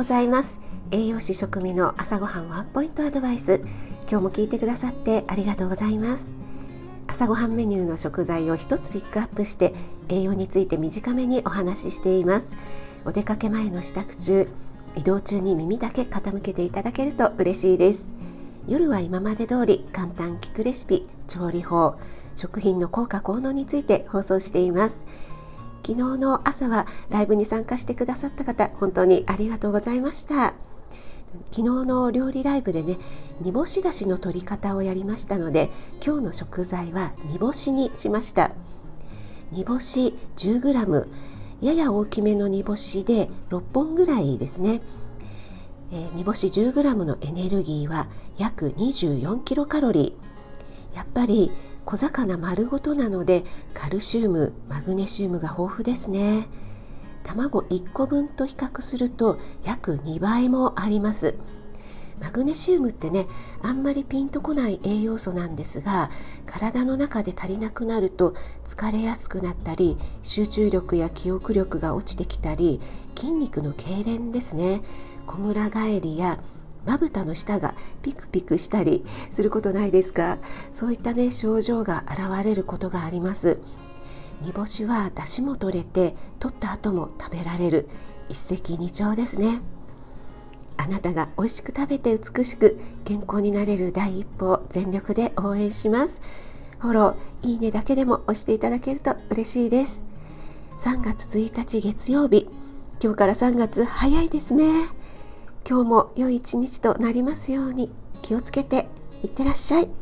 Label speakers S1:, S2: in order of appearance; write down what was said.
S1: ございます。栄養士食味の朝ごはんワンポイントアドバイス。今日も聞いてくださってありがとうございます。朝ごはんメニューの食材を一つピックアップして栄養について短めにお話ししています。お出かけ前の支度中、移動中に耳だけ傾けていただけると嬉しいです。夜は今まで通り簡単聞くレシピ、調理法、食品の効果効能について放送しています。昨日の朝はライブに参加してくださった方、本当にありがとうございました。昨日の料理ライブでね、煮干しだしの取り方をやりましたので、今日の食材は煮干しにしました。煮干し 10g、 やや大きめの煮干しで6本ぐらいですね。煮干し 10g のエネルギーは約24キロカロリー。やっぱり小魚丸ごとなのでカルシウム、マグネシウムが豊富ですね。卵1個分と比較すると約2倍もあります。マグネシウムってね、あんまりピンとこない栄養素なんですが、体の中で足りなくなると疲れやすくなったり、集中力や記憶力が落ちてきたり、筋肉の痙攣ですね、こむら返りやまぶたの下がピクピクしたりすることないですか？そういったね、症状が現れることがあります。煮干しは出汁も取れて、取った後も食べられる一石二鳥ですね。あなたが美味しく食べて美しく健康になれる第一歩を全力で応援します。フォロー、いいねだけでも押していただけると嬉しいです。3月1日月曜日、今日から3月早いですね。今日も良い一日となりますように。気をつけていってらっしゃい。